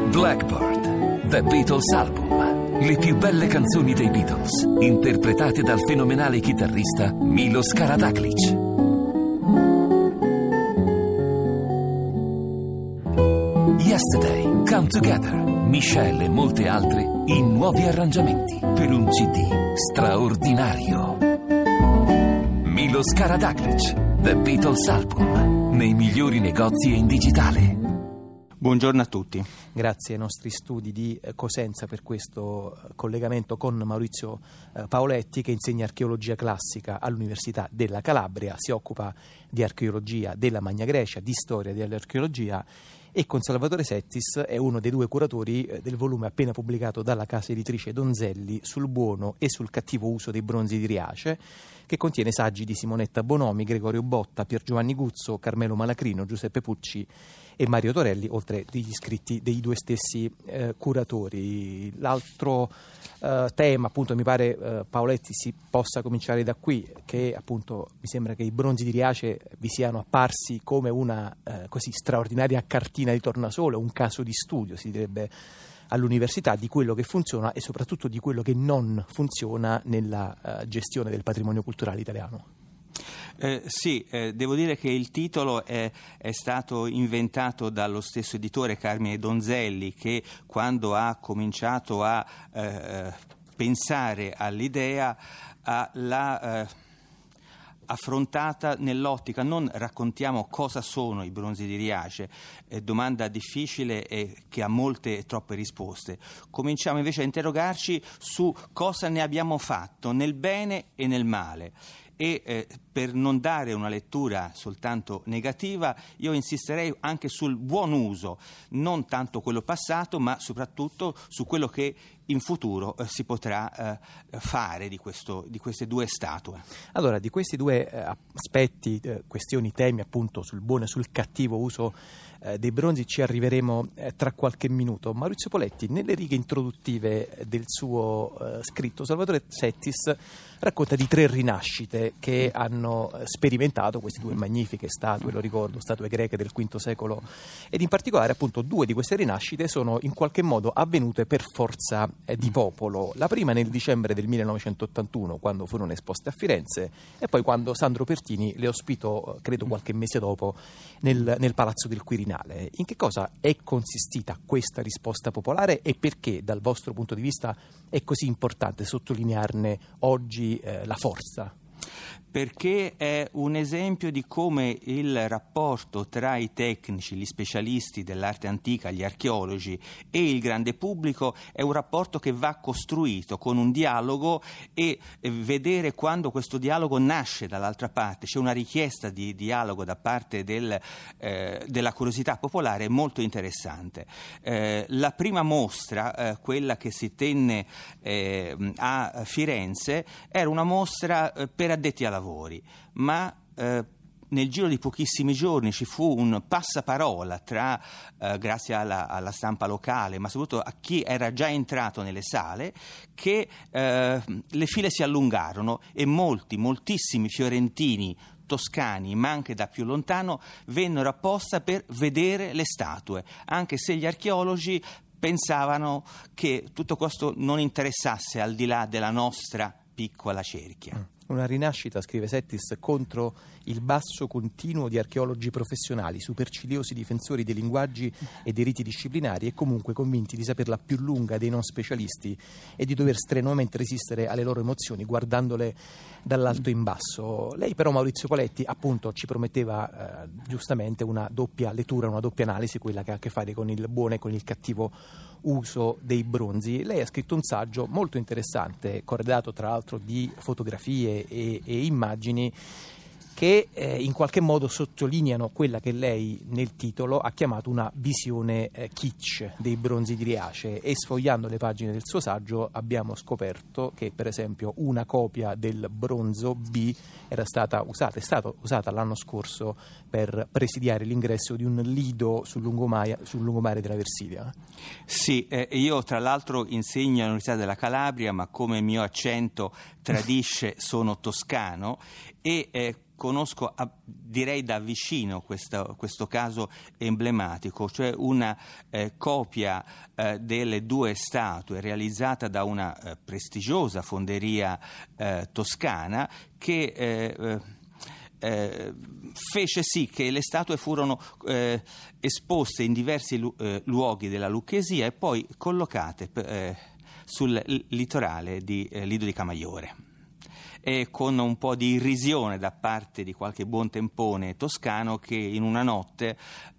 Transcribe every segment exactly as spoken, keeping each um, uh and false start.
Blackbird, The Beatles Album. Le più belle canzoni dei Beatles, interpretate dal fenomenale chitarrista Milos Karađaglić. Yesterday, Come Together, Michelle e molte altre in nuovi arrangiamenti per un C D straordinario. Milos Karađaglić, The Beatles Album, nei migliori negozi e in digitale. Buongiorno a tutti. Grazie ai nostri studi di Cosenza per questo collegamento con Maurizio Paoletti, che insegna archeologia classica all'Università della Calabria, si occupa di archeologia della Magna Grecia, di storia dell'archeologia, e con Salvatore Settis è uno dei due curatori del volume appena pubblicato dalla casa editrice Donzelli sul buono e sul cattivo uso dei bronzi di Riace, che contiene saggi di Simonetta Bonomi, Gregorio Botta, Pier Giovanni Guzzo, Carmelo Malacrino, Giuseppe Pucci e Mario Torelli, oltre degli scritti dei due stessi eh, curatori. L'altro eh, tema, appunto, mi pare eh, Paoletti si possa cominciare da qui, che appunto mi sembra che i bronzi di Riace vi siano apparsi come una eh, così straordinaria cartina di tornasole, un caso di studio, si direbbe all'università, di quello che funziona e soprattutto di quello che non funziona nella uh, gestione del patrimonio culturale italiano. Eh, sì, eh, devo dire che il titolo è, è stato inventato dallo stesso editore Carmine Donzelli, che quando ha cominciato a eh, pensare all'idea ha, l'ha eh, affrontata nell'ottica non raccontiamo cosa sono i bronzi di Riace, eh, domanda difficile e che ha molte e troppe risposte. Cominciamo invece a interrogarci su cosa ne abbiamo fatto nel bene e nel male. E eh, per non dare una lettura soltanto negativa, io insisterei anche sul buon uso, non tanto quello passato, ma soprattutto su quello che in futuro eh, si potrà eh, fare di, questo, di queste due statue. Allora, di questi due eh, aspetti, eh, questioni, temi appunto sul buono e sul cattivo uso eh, dei bronzi ci arriveremo eh, tra qualche minuto. Maurizio Paoletti, nelle righe introduttive del suo eh, scritto, Salvatore Settis racconta di tre rinascite che hanno sperimentato queste due magnifiche statue, lo ricordo, statue greche del quinto secolo, ed in particolare appunto due di queste rinascite sono in qualche modo avvenute per forza eh, di popolo. La prima nel dicembre del millenovecentottantuno, quando furono esposte a Firenze, e poi quando Sandro Pertini le ospitò, credo qualche mese dopo, nel, nel Palazzo del Quirinale. In che cosa è consistita questa risposta popolare e perché, dal vostro punto di vista, è così importante sottolinearne oggi eh, la forza? Perché è un esempio di come il rapporto tra i tecnici, gli specialisti dell'arte antica, gli archeologi e il grande pubblico è un rapporto che va costruito con un dialogo, e vedere quando questo dialogo nasce dall'altra parte, c'è una richiesta di dialogo da parte del, eh, della curiosità popolare, è molto interessante. Eh, la prima mostra, eh, quella che si tenne eh, a Firenze, era una mostra eh, per addetti ai lavori, ma eh, nel giro di pochissimi giorni ci fu un passaparola tra, eh, grazie alla, alla stampa locale, ma soprattutto a chi era già entrato nelle sale, che eh, le file si allungarono e molti, moltissimi fiorentini, toscani, ma anche da più lontano, vennero apposta per vedere le statue, anche se gli archeologi pensavano che tutto questo non interessasse al di là della nostra piccola cerchia. Una rinascita, scrive Settis, contro il basso continuo di archeologi professionali, superciliosi difensori dei linguaggi e dei riti disciplinari e comunque convinti di saperla più lunga dei non specialisti e di dover strenuamente resistere alle loro emozioni guardandole dall'alto in basso. Lei però, Maurizio Paoletti, appunto ci prometteva eh, giustamente una doppia lettura, una doppia analisi, quella che ha a che fare con il buono e con il cattivo uso dei bronzi. Lei ha scritto un saggio molto interessante, corredato tra l'altro di fotografie e, e immagini che eh, in qualche modo sottolineano quella che lei nel titolo ha chiamato una visione eh, kitsch dei bronzi di Riace, e sfogliando le pagine del suo saggio abbiamo scoperto che per esempio una copia del bronzo B era stata usata, è stata usata l'anno scorso per presidiare l'ingresso di un lido sul lungomare, sul lungomare della Versilia. Sì, eh, io tra l'altro insegno all'Università della Calabria, ma come il mio accento tradisce sono toscano, e eh, conosco a, direi da vicino questo, questo caso emblematico, cioè una eh, copia eh, delle due statue realizzata da una eh, prestigiosa fonderia eh, toscana che eh, eh, fece sì che le statue furono eh, esposte in diversi lu- eh, luoghi della Lucchesia e poi collocate eh, sul litorale di eh, Lido di Camaiore. E con un po' di irrisione da parte di qualche buontempone toscano che in una notte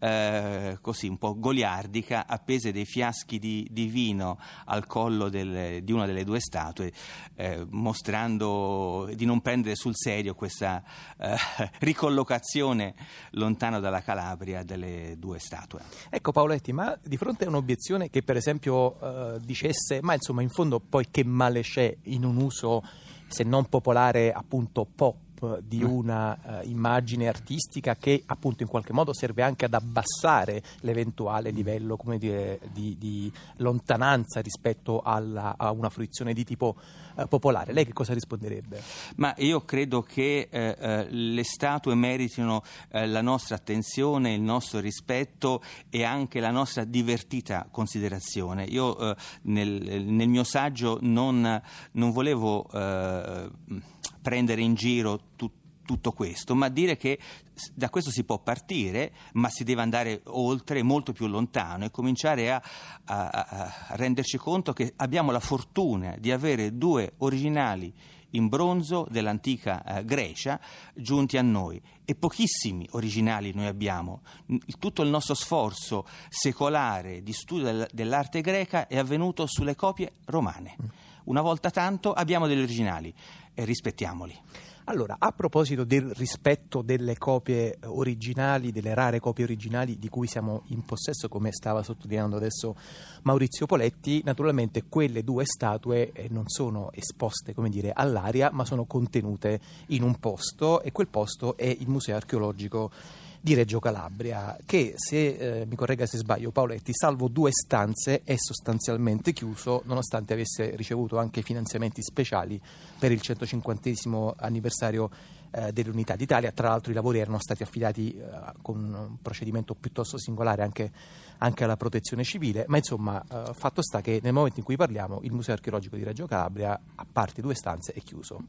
eh, così un po' goliardica appese dei fiaschi di, di vino al collo del, di una delle due statue, eh, mostrando di non prendere sul serio questa eh, ricollocazione lontano dalla Calabria delle due statue. Ecco Paoletti, ma di fronte a un'obiezione che per esempio eh, dicesse ma insomma in fondo poi che male c'è in un uso se non popolare, appunto pop, di una uh, immagine artistica che appunto in qualche modo serve anche ad abbassare l'eventuale livello, come dire, di, di lontananza rispetto alla, a una fruizione di tipo uh, popolare. Lei che cosa risponderebbe? Ma io credo che eh, eh, le statue meritino eh, la nostra attenzione, il nostro rispetto e anche la nostra divertita considerazione. Io eh, nel, nel mio saggio non, non volevo eh, prendere in giro tutto tutto questo, ma dire che da questo si può partire, ma si deve andare oltre, molto più lontano e cominciare a, a, a renderci conto che abbiamo la fortuna di avere due originali in bronzo dell'antica eh, Grecia giunti a noi e pochissimi originali noi abbiamo. Tutto il nostro sforzo secolare di studio del, dell'arte greca è avvenuto sulle copie romane. Una volta tanto abbiamo degli originali e rispettiamoli. Allora, a proposito del rispetto delle copie originali, delle rare copie originali di cui siamo in possesso, come stava sottolineando adesso Maurizio Poletti, naturalmente quelle due statue non sono esposte, come dire, all'aria, ma sono contenute in un posto, e quel posto è il Museo Archeologico di Reggio Calabria, che, se eh, mi corregga se sbaglio Paoletti, salvo due stanze è sostanzialmente chiuso, nonostante avesse ricevuto anche finanziamenti speciali per il centocinquantesimo anniversario eh, dell'Unità d'Italia. Tra l'altro i lavori erano stati affidati eh, con un procedimento piuttosto singolare anche, anche alla Protezione Civile, ma insomma eh, fatto sta che nel momento in cui parliamo il Museo Archeologico di Reggio Calabria, a parte due stanze, è chiuso.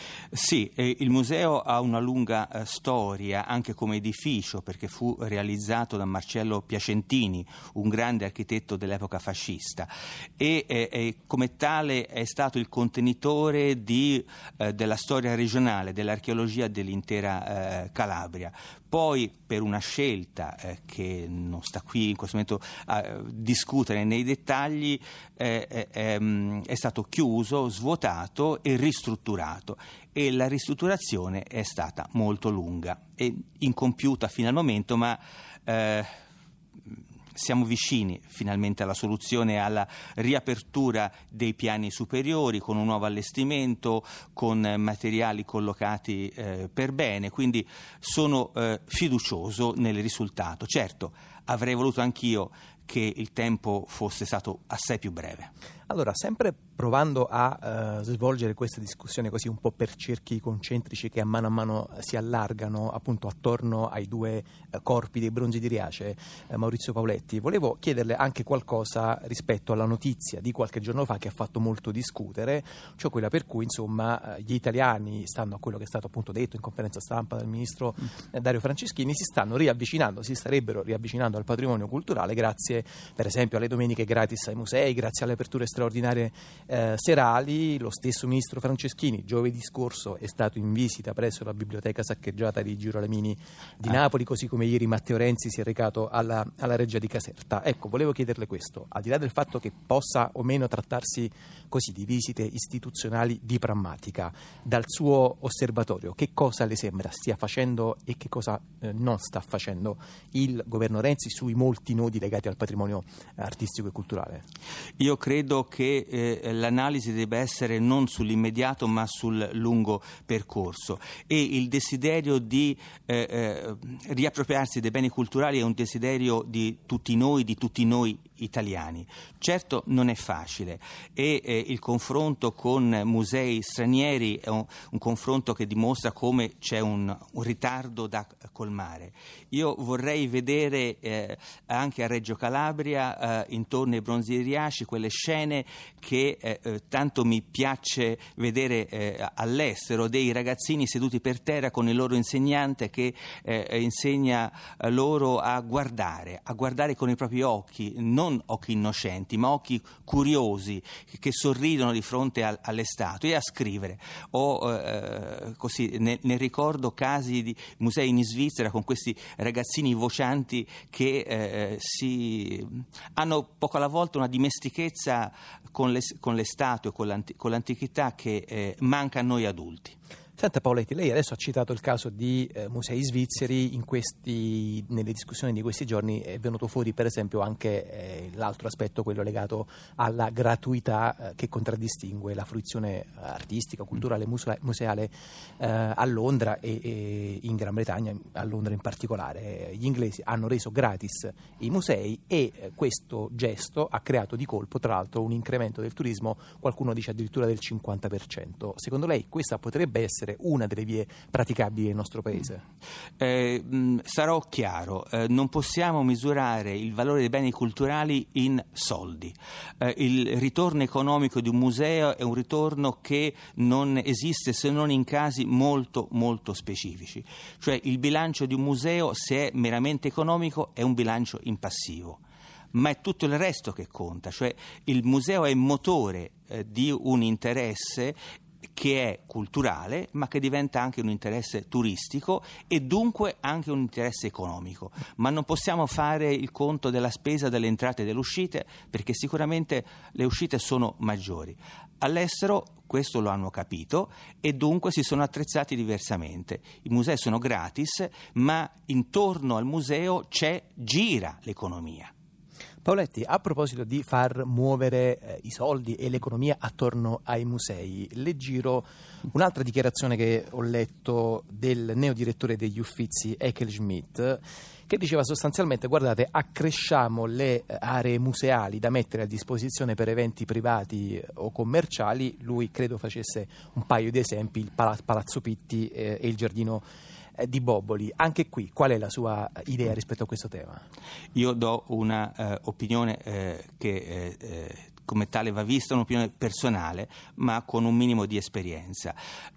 Sì, eh, il museo ha una lunga eh, storia anche come edificio, perché fu realizzato da Marcello Piacentini, un grande architetto dell'epoca fascista, e eh, eh, come tale è stato il contenitore di, eh, della storia regionale, dell'archeologia dell'intera eh, Calabria. Poi, per una scelta eh, che non sta qui in questo momento a eh, discutere nei dettagli, eh, eh, ehm, è stato chiuso, svuotato e ristrutturato. E la ristrutturazione è stata molto lunga e incompiuta fino al momento, ma eh, siamo vicini finalmente alla soluzione, alla riapertura dei piani superiori con un nuovo allestimento, con materiali collocati eh, per bene, quindi sono eh, fiducioso nel risultato. Certo, avrei voluto anch'io che il tempo fosse stato assai più breve. Allora, sempre provando a uh, svolgere questa discussione così un po' per cerchi concentrici che a mano a mano si allargano appunto attorno ai due uh, corpi dei bronzi di Riace, uh, Maurizio Poletti, volevo chiederle anche qualcosa rispetto alla notizia di qualche giorno fa che ha fatto molto discutere, cioè quella per cui insomma uh, gli italiani, stando a quello che è stato appunto detto in conferenza stampa dal ministro uh, Dario Franceschini, si stanno riavvicinando, si starebbero riavvicinando al patrimonio culturale grazie per esempio alle domeniche gratis ai musei, grazie alle aperture straordinarie eh, serali. Lo stesso ministro Franceschini giovedì scorso è stato in visita presso la biblioteca saccheggiata di Girolamo di Napoli, così come ieri Matteo Renzi si è recato alla, alla Reggia di Caserta. Ecco, volevo chiederle questo, al di là del fatto che possa o meno trattarsi così di visite istituzionali di prammatica, dal suo osservatorio che cosa le sembra stia facendo e che cosa eh, non sta facendo il governo Renzi sui molti nodi legati al patrimonio artistico e culturale? Io credo che eh, l'analisi debba essere non sull'immediato ma sul lungo percorso, e il desiderio di eh, eh, riappropriarsi dei beni culturali è un desiderio di tutti noi, di tutti noi italiani. Certo non è facile e eh, il confronto con musei stranieri è un, un confronto che dimostra come c'è un, un ritardo da colmare. Io vorrei vedere eh, anche a Reggio Calabria, eh, intorno ai Bronzi di Riace, quelle scene che eh, eh, tanto mi piace vedere eh, all'estero, dei ragazzini seduti per terra con il loro insegnante che eh, insegna eh, loro a guardare, a guardare con i propri occhi, non occhi innocenti, ma occhi curiosi che, che sorridono di fronte al, alle statue, e a scrivere. Ho eh, così nel, nel ricordo casi di musei in Svizzera con questi ragazzini vocianti che eh, si hanno poco alla volta una dimestichezza con le, con le statue, con, l'anti, con l'antichità che eh, manca a noi adulti. Senta Paoletti, lei adesso ha citato il caso di eh, musei svizzeri. In questi, nelle discussioni di questi giorni è venuto fuori per esempio anche eh, l'altro aspetto, quello legato alla gratuità eh, che contraddistingue la fruizione artistica, culturale, musea- museale eh, a Londra e, e in Gran Bretagna, a Londra in particolare. Gli inglesi hanno reso gratis i musei e eh, questo gesto ha creato di colpo tra l'altro un incremento del turismo, qualcuno dice addirittura del cinquanta per cento. Secondo lei questa potrebbe essere una delle vie praticabili nel nostro paese? Eh, mh, sarò chiaro, eh, non possiamo misurare il valore dei beni culturali in soldi. Eh, il ritorno economico di un museo è un ritorno che non esiste se non in casi molto molto specifici. Cioè il bilancio di un museo, se è meramente economico, è un bilancio in passivo. Ma è tutto il resto che conta, cioè il museo è motore eh, di un interesse che è culturale, ma che diventa anche un interesse turistico e dunque anche un interesse economico. Ma non possiamo fare il conto della spesa, delle entrate e delle uscite, perché sicuramente le uscite sono maggiori. All'estero questo lo hanno capito e dunque si sono attrezzati diversamente. I musei sono gratis, ma intorno al museo c'è, gira l'economia. Paoletti, a proposito di far muovere eh, i soldi e l'economia attorno ai musei, le giro un'altra dichiarazione che ho letto del neodirettore degli Uffizi Echel Schmidt, che diceva sostanzialmente: guardate, accresciamo le aree museali da mettere a disposizione per eventi privati o commerciali. Lui credo facesse un paio di esempi, il Palazzo Pitti eh, e il giardino di Boboli. Anche qui, qual è la sua idea rispetto a questo tema? Io do una eh, opinione eh, che eh, eh, come tale va vista, un'opinione personale, ma con un minimo di esperienza.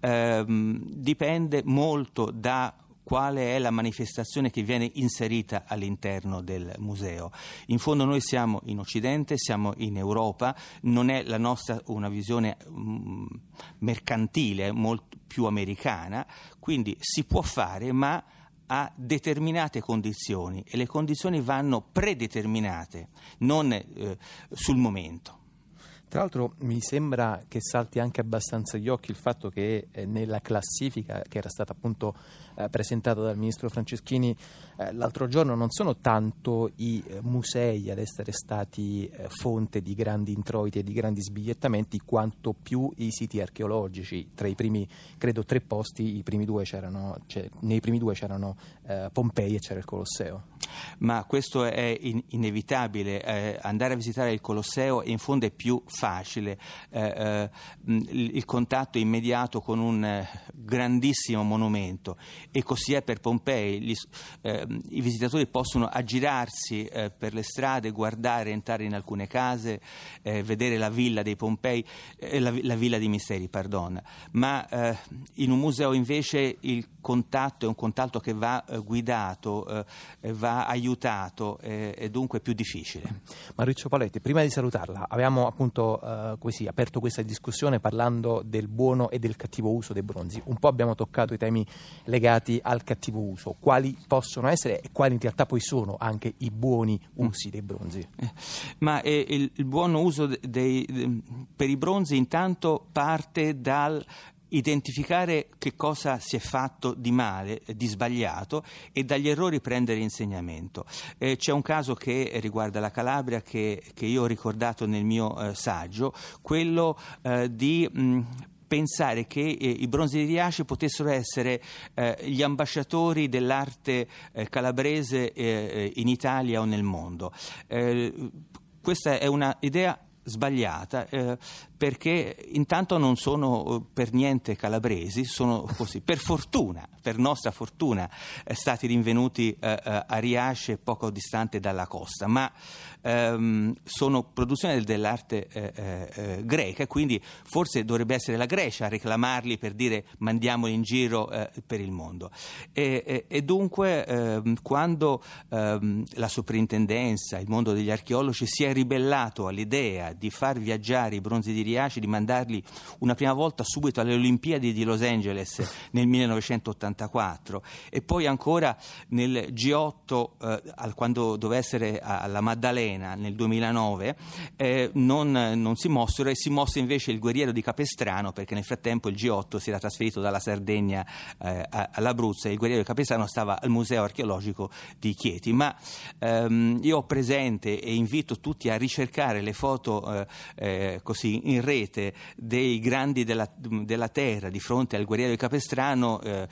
Ehm, dipende molto da quale è la manifestazione che viene inserita all'interno del museo. In fondo noi siamo in Occidente, siamo in Europa, non è la nostra una visione mh, mercantile, molto più americana, quindi si può fare, ma a determinate condizioni, e le condizioni vanno predeterminate, non eh, sul momento. Tra l'altro mi sembra che salti anche abbastanza agli occhi il fatto che eh, nella classifica che era stata appunto eh, presentata dal ministro Franceschini eh, l'altro giorno non sono tanto i eh, musei ad essere stati eh, fonte di grandi introiti e di grandi sbigliettamenti, quanto più i siti archeologici. Tra i primi, credo, tre posti, i primi due c'erano, cioè, nei primi due c'erano eh, Pompei e c'era il Colosseo. Ma questo è in- inevitabile, eh, andare a visitare il Colosseo in fondo è più facile, eh, eh, il, il contatto è immediato con un eh, grandissimo monumento, e così è per Pompei. Gli, eh, i visitatori possono aggirarsi eh, per le strade, guardare, entrare in alcune case, eh, vedere la villa dei Pompei, eh, la, la villa dei Misteri, pardon. Ma eh, in un museo invece il contatto è un contatto che va eh, guidato, eh, va aiutato, eh, e dunque è più difficile. Maurizio Paoletti, prima di salutarla, avevamo appunto eh, così aperto questa discussione parlando del buono e del cattivo uso dei bronzi. Un po' abbiamo toccato i temi legati al cattivo uso. Quali possono essere e quali in realtà poi sono anche i buoni usi dei bronzi? Eh, ma eh, il, il buon uso dei, dei, per i bronzi intanto parte dal identificare che cosa si è fatto di male, di sbagliato, e dagli errori prendere insegnamento. Eh, c'è un caso che riguarda la Calabria che, che io ho ricordato nel mio eh, saggio, quello eh, di mh, pensare che eh, i Bronzi di Riace potessero essere eh, gli ambasciatori dell'arte eh, calabrese eh, in Italia o nel mondo. Eh, questa è una idea sbagliata, eh, perché intanto non sono eh, per niente calabresi, sono così, per fortuna, per nostra fortuna, eh, stati rinvenuti eh, eh, a Riace, poco distante dalla costa, ma ehm, sono produzione dell'arte eh, eh, greca, e quindi forse dovrebbe essere la Grecia a reclamarli per dire mandiamoli in giro eh, per il mondo. E, e, e dunque ehm, quando ehm, la soprintendenza, il mondo degli archeologi si è ribellato all'idea di far viaggiare i bronzi di Riace, di mandarli una prima volta subito alle Olimpiadi di Los Angeles nel millenovecentottantaquattro e poi ancora nel G otto eh, quando doveva essere alla Maddalena nel duemilanove, eh, non, non si mossero, e si mosse invece il guerriero di Capestrano, perché nel frattempo il G otto si era trasferito dalla Sardegna eh, all'Abruzzo e il guerriero di Capestrano stava al Museo Archeologico di Chieti. Ma ehm, io ho presente e invito tutti a ricercare le foto eh, eh, così in rete dei grandi della, della terra di fronte al guerriero di Capestrano, eh,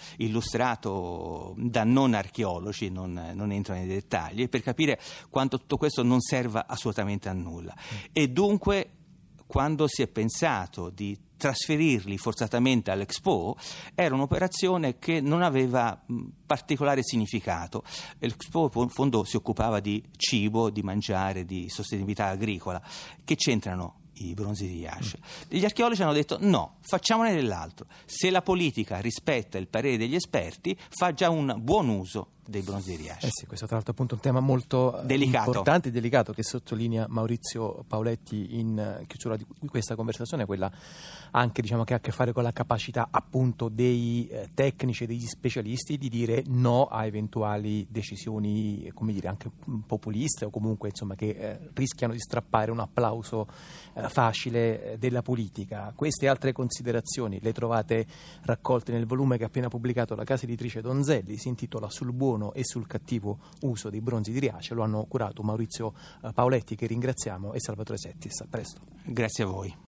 illustrato da non archeologi, non, non entro nei dettagli, per capire quanto tutto questo non serva assolutamente a nulla. E dunque quando si è pensato di trasferirli forzatamente all'Expo era un'operazione che non aveva mh, particolare significato. L'Expo in fondo si occupava di cibo, di mangiare, di sostenibilità agricola. Che c'entrano i bronzi di Riace? Gli archeologi hanno detto no, facciamone dell'altro. Se la politica rispetta il parere degli esperti, fa già un buon uso dei bronzi di Riace. Eh sì, questo tra l'altro è appunto un tema molto delicato. importante e delicato che sottolinea Maurizio Pauletti in chiusura di questa conversazione, quella anche diciamo che ha a che fare con la capacità appunto dei eh, tecnici e degli specialisti di dire no a eventuali decisioni, come dire, anche populiste o comunque insomma che eh, rischiano di strappare un applauso eh, facile eh, della politica. Queste e altre considerazioni le trovate raccolte nel volume che ha appena pubblicato la casa editrice Donzelli, si intitola Sul buono e sul cattivo uso dei bronzi di Riace. Lo hanno curato Maurizio Pauletti, che ringraziamo, e Salvatore Settis. A presto. Grazie a voi.